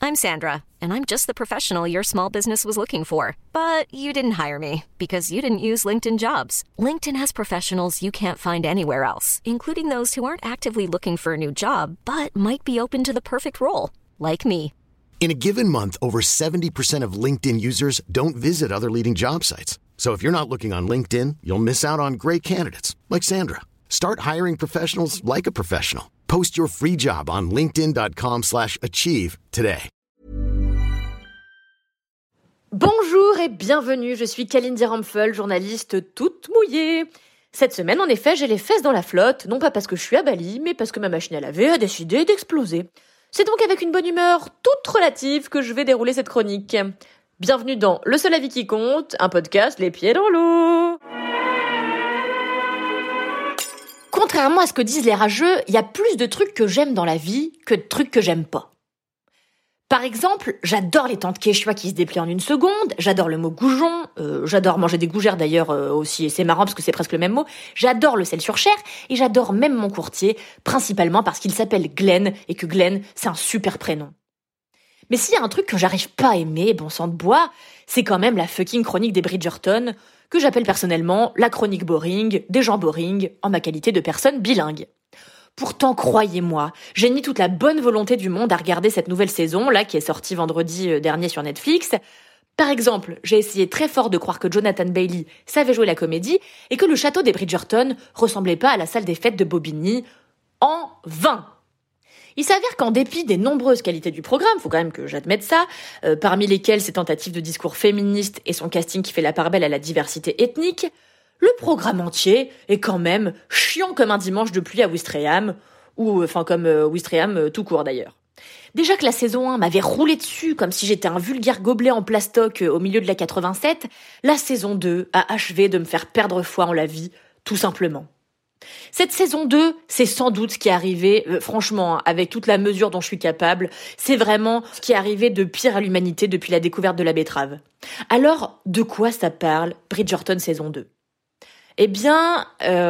I'm Sandra, and I'm just the professional your small business was looking for. But you didn't hire me because you didn't use LinkedIn Jobs. LinkedIn has professionals you can't find anywhere else, including those who aren't actively looking for a new job, but might be open to the perfect role, like me. In a given month, over 70% of LinkedIn users don't visit other leading job sites. So if you're not looking on LinkedIn, you'll miss out on great candidates like Sandra. Start hiring professionals like a professional. Post your free job on linkedin.com/achieve today. Bonjour et bienvenue, je suis Kalindi Rampfel, journaliste toute mouillée. Cette semaine, en effet, j'ai les fesses dans la flotte, non pas parce que je suis à Bali, mais parce que ma machine à laver a décidé d'exploser. C'est donc avec une bonne humeur toute relative que je vais dérouler cette chronique. Bienvenue dans Le seul avis qui compte, un podcast les pieds dans l'eau. Contrairement à ce que disent les rageux, il y a plus de trucs que j'aime dans la vie que de trucs que j'aime pas. Par exemple, j'adore les tantes quechua qui se déplient en une seconde, j'adore le mot goujon, j'adore manger des gougères d'ailleurs aussi, et c'est marrant parce que c'est presque le même mot, j'adore le sel sur chair, et j'adore même mon courtier, principalement parce qu'il s'appelle Glenn, et que Glenn, c'est un super prénom. Mais s'il y a un truc que j'arrive pas à aimer, bon sang de bois, c'est quand même la fucking chronique des Bridgerton, que j'appelle personnellement la chronique boring des gens boring en ma qualité de personne bilingue. Pourtant, croyez-moi, j'ai mis toute la bonne volonté du monde à regarder cette nouvelle saison, là, qui est sortie vendredi dernier sur Netflix. Par exemple, j'ai essayé très fort de croire que Jonathan Bailey savait jouer la comédie et que le château des Bridgerton ressemblait pas à la salle des fêtes de Bobigny. En vain! Il s'avère qu'en dépit des nombreuses qualités du programme, faut quand même que j'admette ça, parmi lesquelles ses tentatives de discours féministes et son casting qui fait la part belle à la diversité ethnique, le programme entier est quand même chiant comme un dimanche de pluie à Ouistreham, ou enfin comme Ouistreham tout court d'ailleurs. Déjà que la saison 1 m'avait roulé dessus comme si j'étais un vulgaire gobelet en plastoc au milieu de la 87, la saison 2 a achevé de me faire perdre foi en la vie, tout simplement. Cette saison 2, c'est sans doute ce qui est arrivé, franchement, avec toute la mesure dont je suis capable, c'est vraiment ce qui est arrivé de pire à l'humanité depuis la découverte de la betterave. Alors, de quoi ça parle, Bridgerton saison 2 ? Eh bien,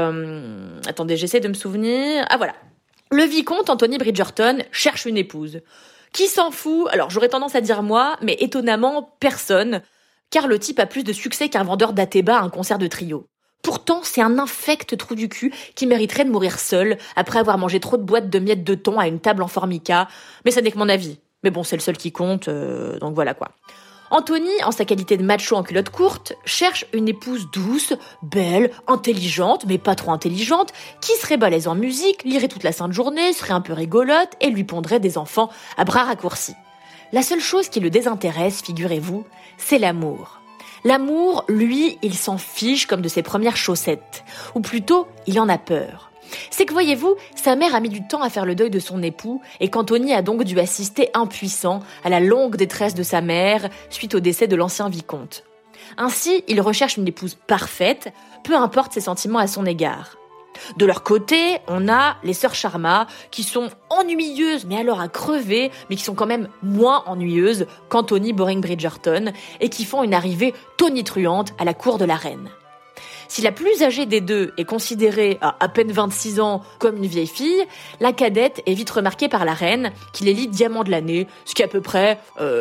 attendez, j'essaie de me souvenir. Ah voilà. Le vicomte Anthony Bridgerton cherche une épouse. Qui s'en fout ? Alors, j'aurais tendance à dire moi, mais étonnamment, personne, car le type a plus de succès qu'un vendeur d'Athéba à un concert de trio. Pourtant, c'est un infect trou du cul qui mériterait de mourir seul après avoir mangé trop de boîtes de miettes de thon à une table en formica. Mais ça n'est que mon avis. Mais bon, c'est le seul qui compte, donc voilà quoi. Anthony, en sa qualité de macho en culotte courte, cherche une épouse douce, belle, intelligente, mais pas trop intelligente, qui serait balèze en musique, lirait toute la sainte journée, serait un peu rigolote et lui pondrait des enfants à bras raccourcis. La seule chose qui le désintéresse, figurez-vous, c'est l'amour. L'amour, lui, il s'en fiche comme de ses premières chaussettes. Ou plutôt, il en a peur. C'est que, voyez-vous, sa mère a mis du temps à faire le deuil de son époux et qu'Anthony a donc dû assister impuissant à la longue détresse de sa mère suite au décès de l'ancien vicomte. Ainsi, il recherche une épouse parfaite, peu importe ses sentiments à son égard. De leur côté, on a les sœurs Sharma, qui sont ennuyeuses, mais alors à crever, mais qui sont quand même moins ennuyeuses qu'Anthony Boring Bridgerton, et qui font une arrivée tonitruante à la cour de la reine. Si la plus âgée des deux est considérée à peine 26 ans comme une vieille fille, la cadette est vite remarquée par la reine, qui l'élit diamant de l'année, ce qui est à peu près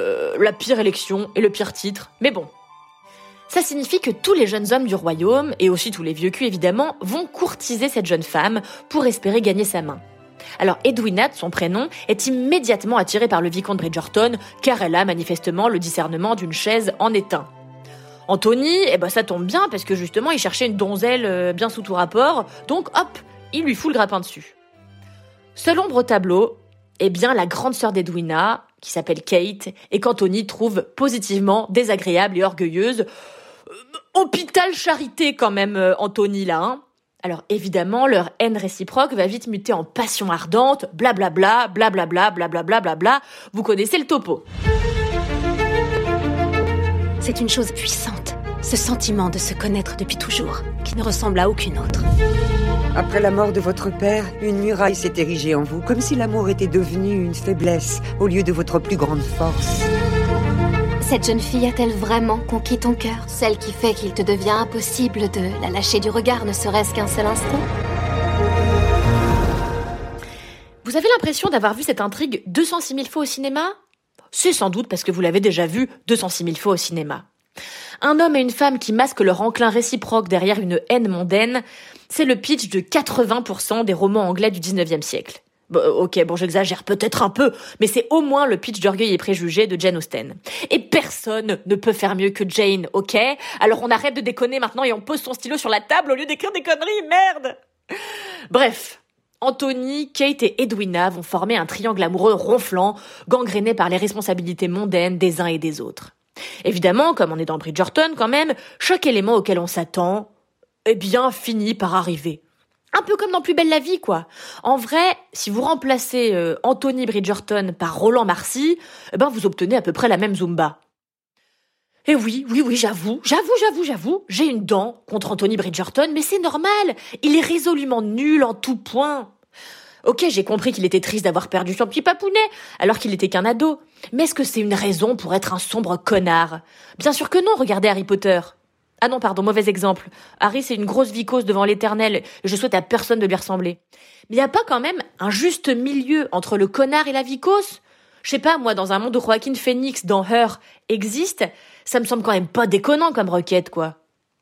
la pire élection et le pire titre, mais bon. Ça signifie que tous les jeunes hommes du royaume, et aussi tous les vieux culs évidemment, vont courtiser cette jeune femme pour espérer gagner sa main. Alors Edwina, de son prénom, est immédiatement attirée par le vicomte Bridgerton, car elle a manifestement le discernement d'une chaise en étain. Anthony, ça tombe bien, parce que justement il cherchait une donzelle bien sous tout rapport, donc hop, il lui fout le grappin dessus. Seule ombre au tableau, la grande sœur d'Edwina, qui s'appelle Kate, et qu'Anthony trouve positivement désagréable et orgueilleuse. Hôpital charité quand même, Anthony, là, hein. Alors évidemment, leur haine réciproque va vite muter en passion ardente, blablabla, blablabla, blablabla, blablabla. Vous connaissez le topo. C'est une chose puissante, ce sentiment de se connaître depuis toujours, qui ne ressemble à aucune autre. Après la mort de votre père, une muraille s'est érigée en vous, comme si l'amour était devenu une faiblesse au lieu de votre plus grande force. Cette jeune fille a-t-elle vraiment conquis ton cœur? Celle qui fait qu'il te devient impossible de la lâcher du regard, ne serait-ce qu'un seul instant? Vous avez l'impression d'avoir vu cette intrigue 206 000 fois au cinéma ? C'est sans doute parce que vous l'avez déjà vu 206 000 fois au cinéma. Un homme et une femme qui masquent leur enclin réciproque derrière une haine mondaine, c'est le pitch de 80% des romans anglais du 19e siècle. Bon, j'exagère peut-être un peu, mais c'est au moins le pitch d'Orgueil et Préjugés de Jane Austen. Et personne ne peut faire mieux que Jane, ok ? Alors on arrête de déconner maintenant et on pose son stylo sur la table au lieu d'écrire des conneries, merde ! Bref, Anthony, Kate et Edwina vont former un triangle amoureux ronflant, gangréné par les responsabilités mondaines des uns et des autres. Évidemment, comme on est dans Bridgerton quand même, chaque élément auquel on s'attend, finit par arriver. Un peu comme dans Plus belle la vie, quoi. En vrai, si vous remplacez Anthony Bridgerton par Roland Marcy, vous obtenez à peu près la même Zumba. Et oui, j'avoue, j'ai une dent contre Anthony Bridgerton, mais c'est normal, il est résolument nul en tout point. Ok, j'ai compris qu'il était triste d'avoir perdu son petit papounet, alors qu'il n'était qu'un ado. Mais est-ce que c'est une raison pour être un sombre connard ? Bien sûr que non, regardez Harry Potter. Ah non, pardon, mauvais exemple. Harry, c'est une grosse vicose devant l'éternel, et je souhaite à personne de lui ressembler. Mais y a pas quand même un juste milieu entre le connard et la vicose ? Je sais pas, moi, dans un monde où Joaquin Phoenix, dans Her, existe, ça me semble quand même pas déconnant comme requête, quoi.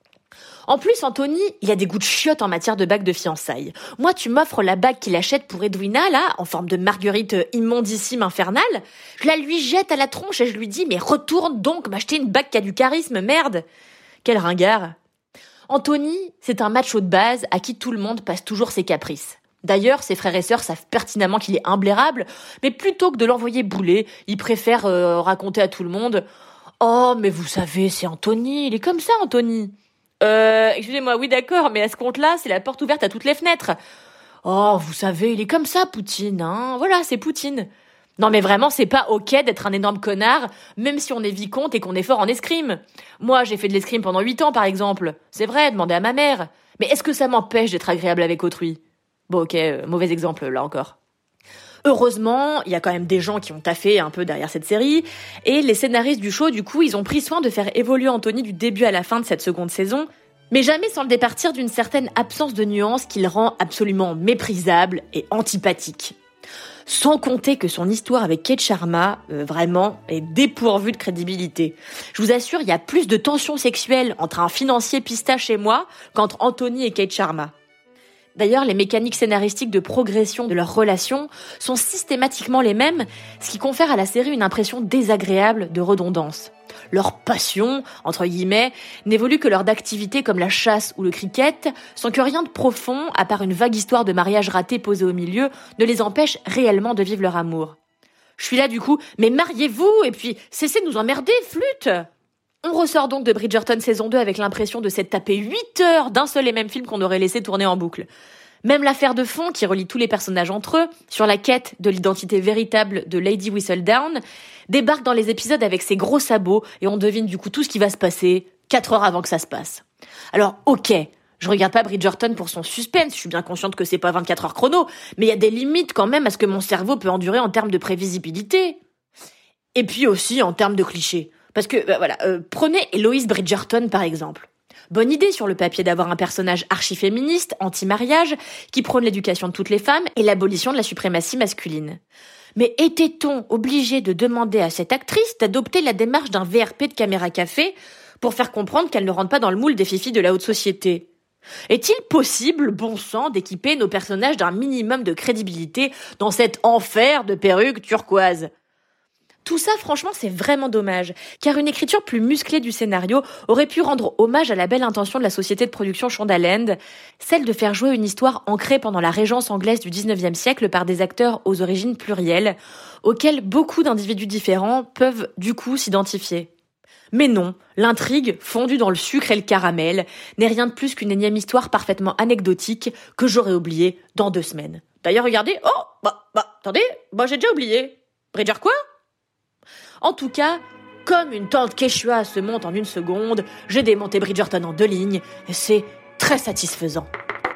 En plus, Anthony, il a des goûts de chiottes en matière de bague de fiançailles. Moi, tu m'offres la bague qu'il achète pour Edwina, là, en forme de marguerite immondissime infernale, je la lui jette à la tronche et je lui dis « Mais retourne donc m'acheter une bague qui a du charisme, merde !» Quel ringard. Anthony, c'est un macho de base à qui tout le monde passe toujours ses caprices. D'ailleurs, ses frères et sœurs savent pertinemment qu'il est imblairable, mais plutôt que de l'envoyer bouler, ils préfèrent raconter à tout le monde « Oh, mais vous savez, c'est Anthony, il est comme ça, Anthony !» Excusez-moi, oui d'accord, mais à ce compte-là, c'est la porte ouverte à toutes les fenêtres. « Oh, vous savez, il est comme ça, Poutine, hein, voilà, c'est Poutine. » Non mais vraiment, c'est pas ok d'être un énorme connard, même si on est vicomte et qu'on est fort en escrime. Moi, j'ai fait de l'escrime pendant 8 ans, par exemple. C'est vrai, demandez à ma mère. Mais est-ce que ça m'empêche d'être agréable avec autrui ? Bon ok, mauvais exemple, là encore. Heureusement, il y a quand même des gens qui ont taffé un peu derrière cette série, et les scénaristes du show, du coup, ils ont pris soin de faire évoluer Anthony du début à la fin de cette seconde saison, mais jamais sans le départir d'une certaine absence de nuance qui le rend absolument méprisable et antipathique. Sans compter que son histoire avec Kate Sharma, vraiment, est dépourvue de crédibilité. Je vous assure, il y a plus de tensions sexuelles entre un financier pistache et moi qu'entre Anthony et Kate Sharma. D'ailleurs, les mécaniques scénaristiques de progression de leur relation sont systématiquement les mêmes, ce qui confère à la série une impression désagréable de redondance. Leur passion, entre guillemets, n'évolue que lors d'activités comme la chasse ou le cricket, sans que rien de profond, à part une vague histoire de mariage raté posée au milieu, ne les empêche réellement de vivre leur amour. Je suis là du coup, mais mariez-vous et puis cessez de nous emmerder, flûte ! On ressort donc de Bridgerton saison 2 avec l'impression de s'être tapé 8 heures d'un seul et même film qu'on aurait laissé tourner en boucle. Même l'affaire de fond qui relie tous les personnages entre eux, sur la quête de l'identité véritable de Lady Whistledown, débarque dans les épisodes avec ses gros sabots et on devine du coup tout ce qui va se passer 4 heures avant que ça se passe. Alors ok, je regarde pas Bridgerton pour son suspense, je suis bien consciente que c'est pas 24 heures chrono, mais il y a des limites quand même à ce que mon cerveau peut endurer en termes de prévisibilité. Et puis aussi en termes de clichés. Parce que, prenez Héloïse Bridgerton par exemple. Bonne idée sur le papier d'avoir un personnage archi-féministe, anti-mariage, qui prône l'éducation de toutes les femmes et l'abolition de la suprématie masculine. Mais était-on obligé de demander à cette actrice d'adopter la démarche d'un VRP de caméra café pour faire comprendre qu'elle ne rentre pas dans le moule des fifis de la haute société ? Est-il possible, bon sang, d'équiper nos personnages d'un minimum de crédibilité dans cet enfer de perruques turquoises ? Tout ça, franchement, c'est vraiment dommage, car une écriture plus musclée du scénario aurait pu rendre hommage à la belle intention de la société de production Shondaland, celle de faire jouer une histoire ancrée pendant la régence anglaise du 19e siècle par des acteurs aux origines plurielles, auxquels beaucoup d'individus différents peuvent du coup s'identifier. Mais non, l'intrigue, fondue dans le sucre et le caramel, n'est rien de plus qu'une énième histoire parfaitement anecdotique que j'aurais oubliée dans 2 semaines. D'ailleurs, regardez, attendez, j'ai déjà oublié. Bridger quoi ? En tout cas, comme une tante Quechua se monte en 1 seconde, j'ai démonté Bridgerton en 2 lignes, et c'est très satisfaisant.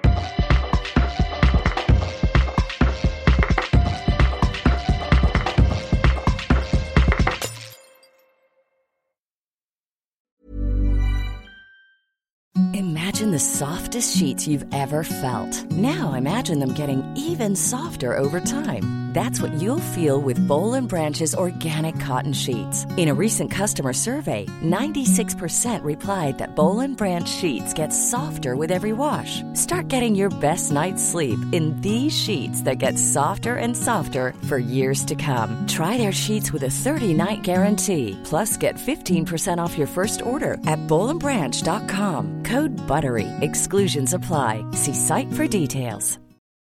Imagine the softest sheets you've ever felt. Now imagine them getting even softer over time. That's what you'll feel with Bowl and Branch's organic cotton sheets. In a recent customer survey, 96% replied that Bowl and Branch sheets get softer with every wash. Start getting your best night's sleep in these sheets that get softer and softer for years to come. Try their sheets with a 30-night guarantee. Plus, get 15% off your first order at bowlandbranch.com. Code BUTTERY. Exclusions apply. See site for details.